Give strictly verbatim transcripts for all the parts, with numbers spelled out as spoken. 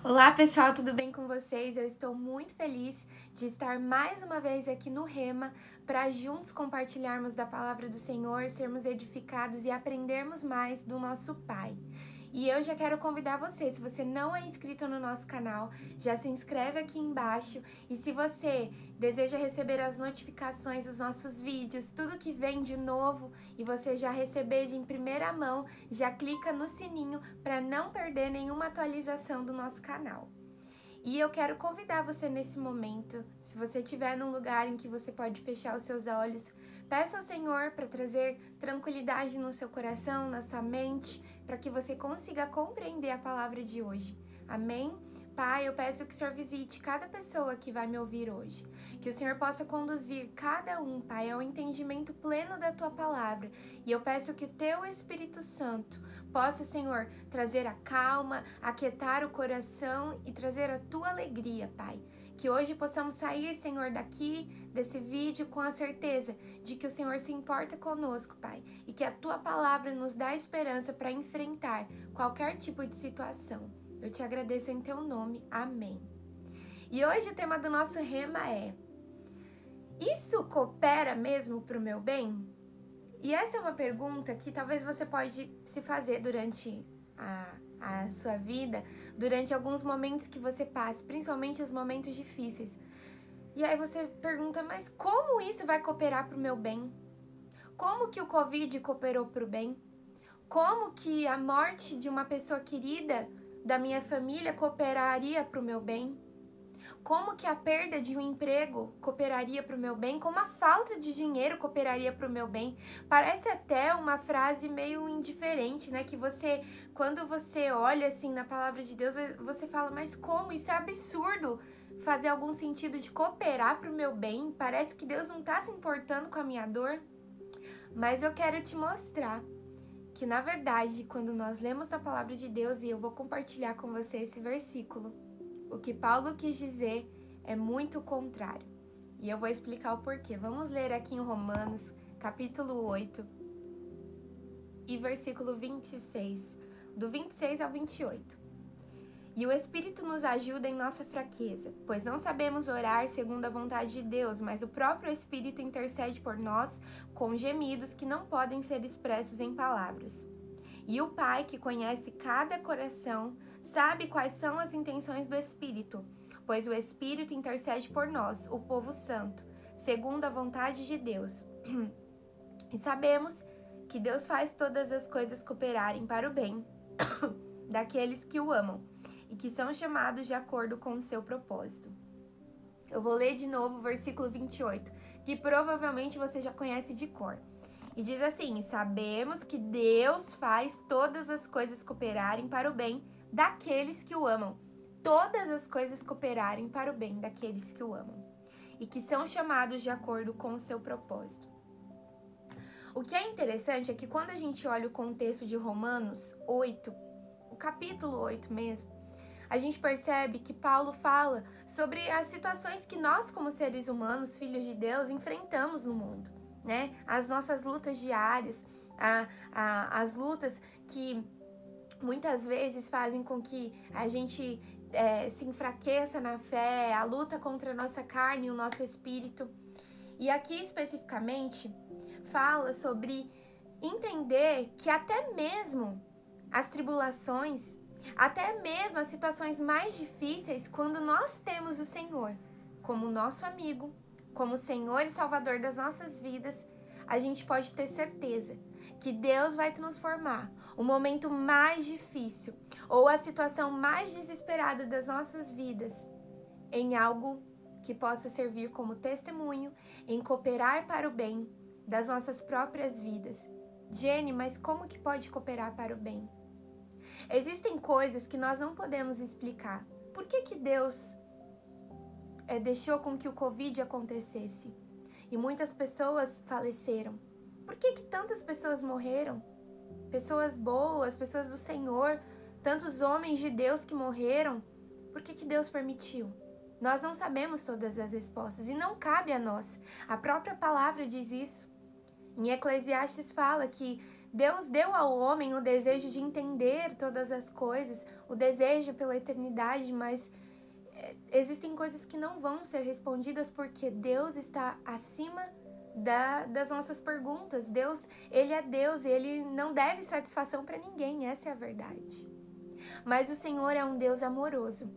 Olá pessoal, tudo bem com vocês? Eu estou muito feliz de estar mais uma vez aqui no Rema para juntos compartilharmos da palavra do Senhor, sermos edificados e aprendermos mais do nosso Pai. E eu já quero convidar você, se você não é inscrito no nosso canal, já se inscreve aqui embaixo. E se você deseja receber as notificações dos nossos vídeos, tudo que vem de novo, e você já receber de em primeira mão, já clica no sininho para não perder nenhuma atualização do nosso canal. E eu quero convidar você nesse momento, se você estiver num lugar em que você pode fechar os seus olhos, peça ao Senhor para trazer tranquilidade no seu coração, na sua mente, para que você consiga compreender a palavra de hoje. Amém? Pai, eu peço que o Senhor visite cada pessoa que vai me ouvir hoje. Que o Senhor possa conduzir cada um, Pai, ao entendimento pleno da Tua palavra. E eu peço que o Teu Espírito Santo possa, Senhor, trazer a calma, aquietar o coração e trazer a Tua alegria, Pai. Que hoje possamos sair, Senhor, daqui, desse vídeo, com a certeza de que o Senhor se importa conosco, Pai. E que a Tua palavra nos dá esperança para enfrentar qualquer tipo de situação. Eu te agradeço em Teu nome. Amém. E hoje o tema do nosso Rema é: isso coopera mesmo para o meu bem? E essa é uma pergunta que talvez você pode se fazer durante a, a sua vida, durante alguns momentos que você passe, principalmente os momentos difíceis. E aí você pergunta, mas como isso vai cooperar para o meu bem? Como que o Covid cooperou para o bem? Como que a morte de uma pessoa querida da minha família cooperaria para o meu bem? Como que a perda de um emprego cooperaria para o meu bem? Como a falta de dinheiro cooperaria para o meu bem? Parece até uma frase meio indiferente, né? Que você, quando você olha assim na palavra de Deus, você fala, mas como? Isso é absurdo fazer algum sentido de cooperar para o meu bem? Parece que Deus não está se importando com a minha dor. Mas eu quero te mostrar que, na verdade, quando nós lemos a palavra de Deus, e eu vou compartilhar com você esse versículo, o que Paulo quis dizer é muito contrário. E eu vou explicar o porquê. Vamos ler aqui em Romanos, capítulo oito, e versículo vinte e seis, do vinte e seis ao vinte e oito. E o Espírito nos ajuda em nossa fraqueza, pois não sabemos orar segundo a vontade de Deus, mas o próprio Espírito intercede por nós com gemidos que não podem ser expressos em palavras. E o Pai, que conhece cada coração, sabe quais são as intenções do Espírito, pois o Espírito intercede por nós, o povo santo, segundo a vontade de Deus. E sabemos que Deus faz todas as coisas cooperarem para o bem daqueles que o amam e que são chamados de acordo com o seu propósito. Eu vou ler de novo o versículo vinte e oito, que provavelmente você já conhece de cor. E diz assim: sabemos que Deus faz todas as coisas cooperarem para o bem daqueles que o amam. Todas as coisas cooperarem para o bem daqueles que o amam. E que são chamados de acordo com o seu propósito. O que é interessante é que quando a gente olha o contexto de Romanos oito, o capítulo oito mesmo, a gente percebe que Paulo fala sobre as situações que nós, como seres humanos, filhos de Deus, enfrentamos no mundo, né? As nossas lutas diárias, a, a, as lutas que muitas vezes fazem com que a gente é, se enfraqueça na fé, a luta contra a nossa carne e o nosso espírito. E aqui especificamente fala sobre entender que até mesmo as tribulações, até mesmo as situações mais difíceis, quando nós temos o Senhor como nosso amigo, como Senhor e Salvador das nossas vidas, a gente pode ter certeza que Deus vai transformar o momento mais difícil ou a situação mais desesperada das nossas vidas em algo que possa servir como testemunho, em cooperar para o bem das nossas próprias vidas. Jenny, mas como que pode cooperar para o bem? Existem coisas que nós não podemos explicar. Por que que Deus é, deixou com que o Covid acontecesse? E muitas pessoas faleceram. Por que que tantas pessoas morreram? Pessoas boas, pessoas do Senhor, tantos homens de Deus que morreram. Por que que Deus permitiu? Nós não sabemos todas as respostas e não cabe a nós. A própria palavra diz isso. Em Eclesiastes fala que Deus deu ao homem o desejo de entender todas as coisas, o desejo pela eternidade, mas existem coisas que não vão ser respondidas porque Deus está acima da, das nossas perguntas. Deus, Ele é Deus e Ele não deve satisfação para ninguém, essa é a verdade. Mas o Senhor é um Deus amoroso.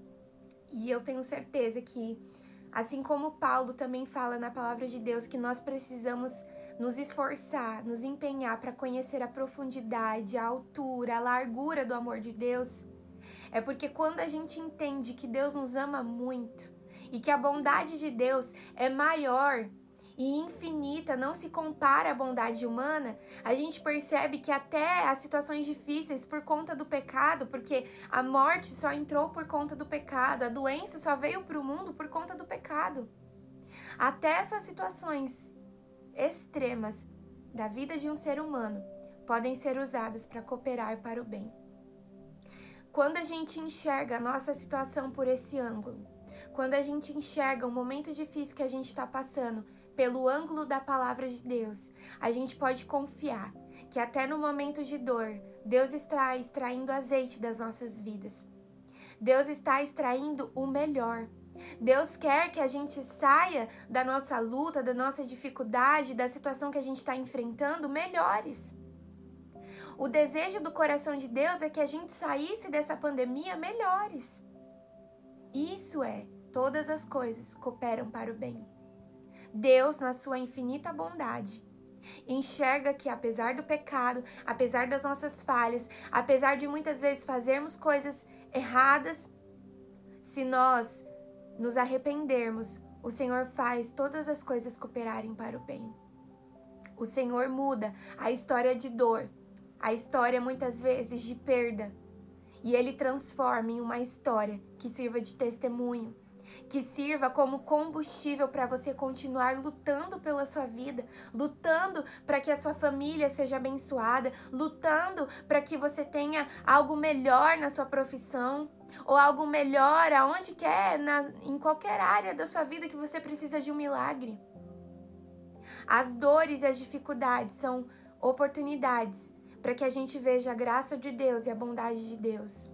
E eu tenho certeza que, assim como Paulo também fala na palavra de Deus, que nós precisamos nos esforçar, nos empenhar para conhecer a profundidade, a altura, a largura do amor de Deus, é porque quando a gente entende que Deus nos ama muito e que a bondade de Deus é maior e infinita, não se compara à bondade humana, a gente percebe que até as situações difíceis por conta do pecado, porque a morte só entrou por conta do pecado, a doença só veio para o mundo por conta do pecado. Até essas situações extremas da vida de um ser humano podem ser usadas para cooperar para o bem. Quando a gente enxerga a nossa situação por esse ângulo, quando a gente enxerga o momento difícil que a gente está passando pelo ângulo da palavra de Deus, a gente pode confiar que até no momento de dor, Deus está extraindo azeite das nossas vidas. Deus está extraindo o melhor. Deus quer que a gente saia da nossa luta, da nossa dificuldade, da situação que a gente está enfrentando melhores. O desejo do coração de Deus é que a gente saísse dessa pandemia melhores. Isso é, todas as coisas cooperam para o bem. Deus, na sua infinita bondade, enxerga que apesar do pecado, apesar das nossas falhas, apesar de muitas vezes fazermos coisas erradas, se nós nos arrependermos, o Senhor faz todas as coisas cooperarem para o bem. O Senhor muda a história de dor, a história muitas vezes de perda, e Ele transforma em uma história que sirva de testemunho, que sirva como combustível para você continuar lutando pela sua vida, lutando para que a sua família seja abençoada, lutando para que você tenha algo melhor na sua profissão, ou algo melhor aonde quer, na, em qualquer área da sua vida que você precisa de um milagre. As dores e as dificuldades são oportunidades para que a gente veja a graça de Deus e a bondade de Deus.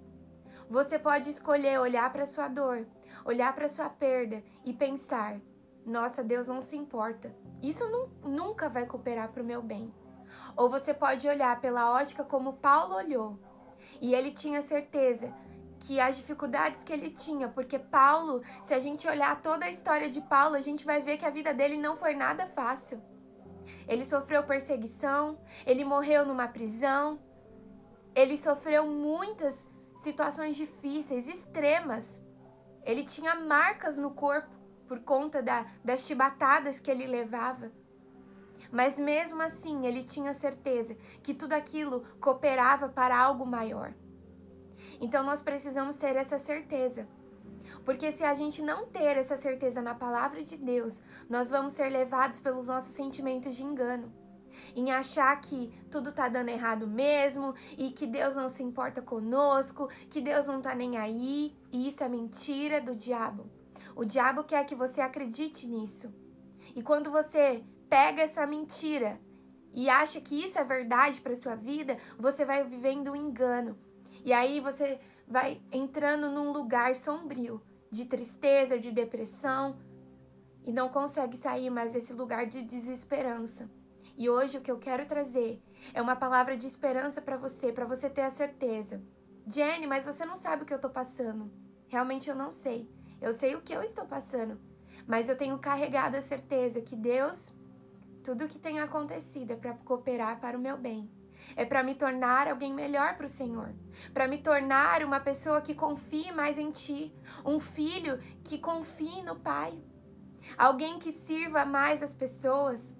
Você pode escolher olhar para a sua dor, olhar para a sua perda e pensar, nossa, Deus não se importa, isso não, nunca vai cooperar para o meu bem. Ou você pode olhar pela ótica como Paulo olhou, e ele tinha certeza que as dificuldades que ele tinha, porque Paulo, se a gente olhar toda a história de Paulo, a gente vai ver que a vida dele não foi nada fácil. Ele sofreu perseguição, ele morreu numa prisão, ele sofreu muitas situações difíceis, extremas. Ele tinha marcas no corpo por conta da, das chibatadas que ele levava. Mas mesmo assim, ele tinha certeza que tudo aquilo cooperava para algo maior. Então nós precisamos ter essa certeza. Porque se a gente não ter essa certeza na palavra de Deus, nós vamos ser levados pelos nossos sentimentos de engano. Em achar que tudo tá dando errado mesmo, e que Deus não se importa conosco, que Deus não tá nem aí. E isso é mentira do diabo. O diabo quer que você acredite nisso. E quando você pega essa mentira e acha que isso é verdade para sua vida, você vai vivendo um engano. E aí você vai entrando num lugar sombrio, de tristeza, de depressão, e não consegue sair mais desse lugar de desesperança. E hoje o que eu quero trazer é uma palavra de esperança para você, para você ter a certeza. Jenny, mas você não sabe o que eu tô passando. Realmente eu não sei. Eu sei o que eu estou passando, mas eu tenho carregado a certeza que Deus, tudo o que tem acontecido é para cooperar para o meu bem. É para me tornar alguém melhor para o Senhor. Para me tornar uma pessoa que confie mais em Ti. Um filho que confie no Pai. Alguém que sirva mais as pessoas.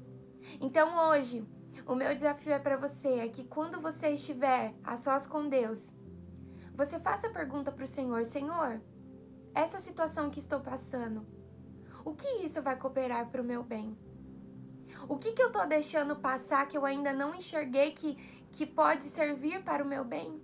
Então hoje, o meu desafio é para você, é que quando você estiver a sós com Deus, você faça a pergunta para o Senhor, Senhor, essa situação que estou passando, o que isso vai cooperar para o meu bem? O que, que eu estou deixando passar que eu ainda não enxerguei que, que pode servir para o meu bem?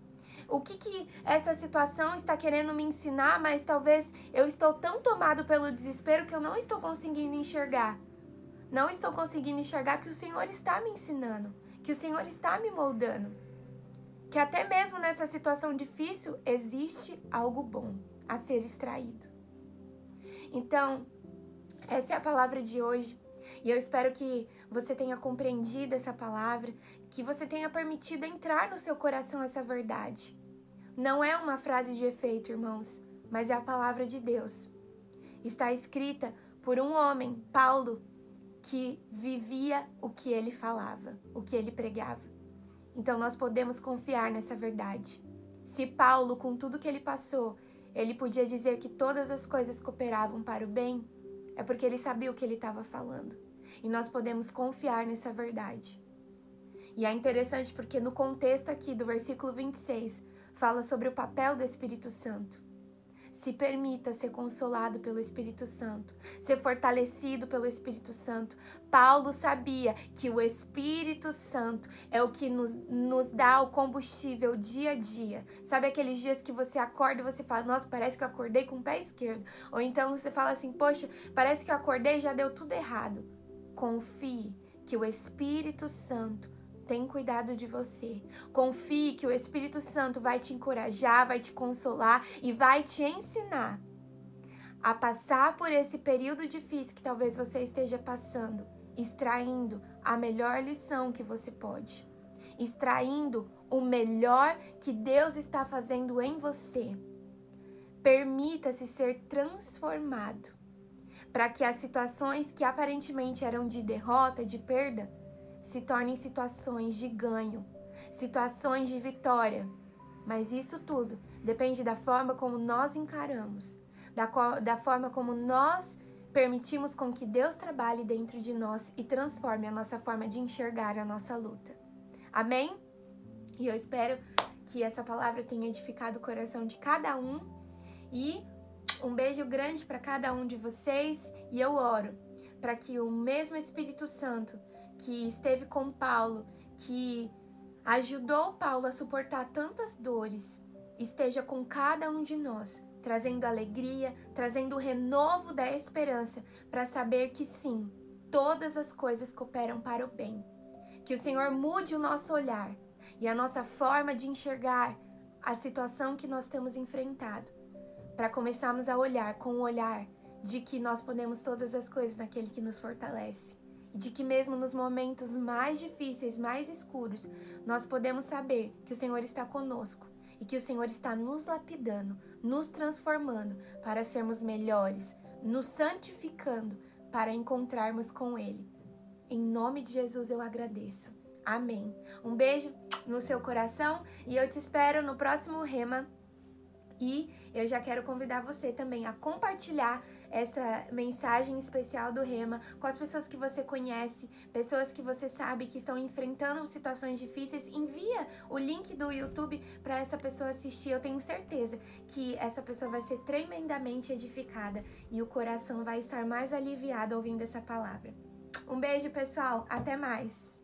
O que, que essa situação está querendo me ensinar, mas talvez eu estou tão tomado pelo desespero que eu não estou conseguindo enxergar. não estou conseguindo enxergar que o Senhor está me ensinando, que o Senhor está me moldando, que até mesmo nessa situação difícil existe algo bom a ser extraído. Então, essa é a palavra de hoje e eu espero que você tenha compreendido essa palavra, que você tenha permitido entrar no seu coração essa verdade. Não é uma frase de efeito, irmãos, mas é a palavra de Deus. Está escrita por um homem, Paulo, que vivia o que ele falava, o que ele pregava. Então nós podemos confiar nessa verdade. Se Paulo, com tudo que ele passou, ele podia dizer que todas as coisas cooperavam para o bem, é porque ele sabia o que ele estava falando. E nós podemos confiar nessa verdade. E é interessante porque no contexto aqui do versículo vinte e seis, fala sobre o papel do Espírito Santo. Se permita ser consolado pelo Espírito Santo, ser fortalecido pelo Espírito Santo. Paulo sabia que o Espírito Santo é o que nos, nos dá o combustível dia a dia. Sabe aqueles dias que você acorda e você fala, nossa, parece que eu acordei com o pé esquerdo. Ou então você fala assim, poxa, parece que eu acordei e já deu tudo errado. Confie que o Espírito Santo tem cuidado de você. Confie que o Espírito Santo vai te encorajar, vai te consolar e vai te ensinar a passar por esse período difícil que talvez você esteja passando, extraindo a melhor lição que você pode, extraindo o melhor que Deus está fazendo em você. Permita-se ser transformado para que as situações que aparentemente eram de derrota, de perda, se tornem situações de ganho, situações de vitória. Mas isso tudo depende da forma como nós encaramos, da, da forma como nós permitimos com que Deus trabalhe dentro de nós e transforme a nossa forma de enxergar a nossa luta. Amém? E eu espero que essa palavra tenha edificado o coração de cada um. E um beijo grande para cada um de vocês. E eu oro para que o mesmo Espírito Santo que esteve com Paulo, que ajudou Paulo a suportar tantas dores, esteja com cada um de nós, trazendo alegria, trazendo o renovo da esperança, para saber que sim, todas as coisas cooperam para o bem. Que o Senhor mude o nosso olhar e a nossa forma de enxergar a situação que nós temos enfrentado, para começarmos a olhar com o olhar de que nós podemos todas as coisas naquele que nos fortalece. E de que mesmo nos momentos mais difíceis, mais escuros, nós podemos saber que o Senhor está conosco e que o Senhor está nos lapidando, nos transformando para sermos melhores, nos santificando para encontrarmos com Ele. Em nome de Jesus eu agradeço. Amém. Um beijo no seu coração e eu te espero no próximo Rema. E eu já quero convidar você também a compartilhar essa mensagem especial do Rema com as pessoas que você conhece, pessoas que você sabe que estão enfrentando situações difíceis. Envia o link do YouTube para essa pessoa assistir. Eu tenho certeza que essa pessoa vai ser tremendamente edificada e o coração vai estar mais aliviado ouvindo essa palavra. Um beijo, pessoal. Até mais!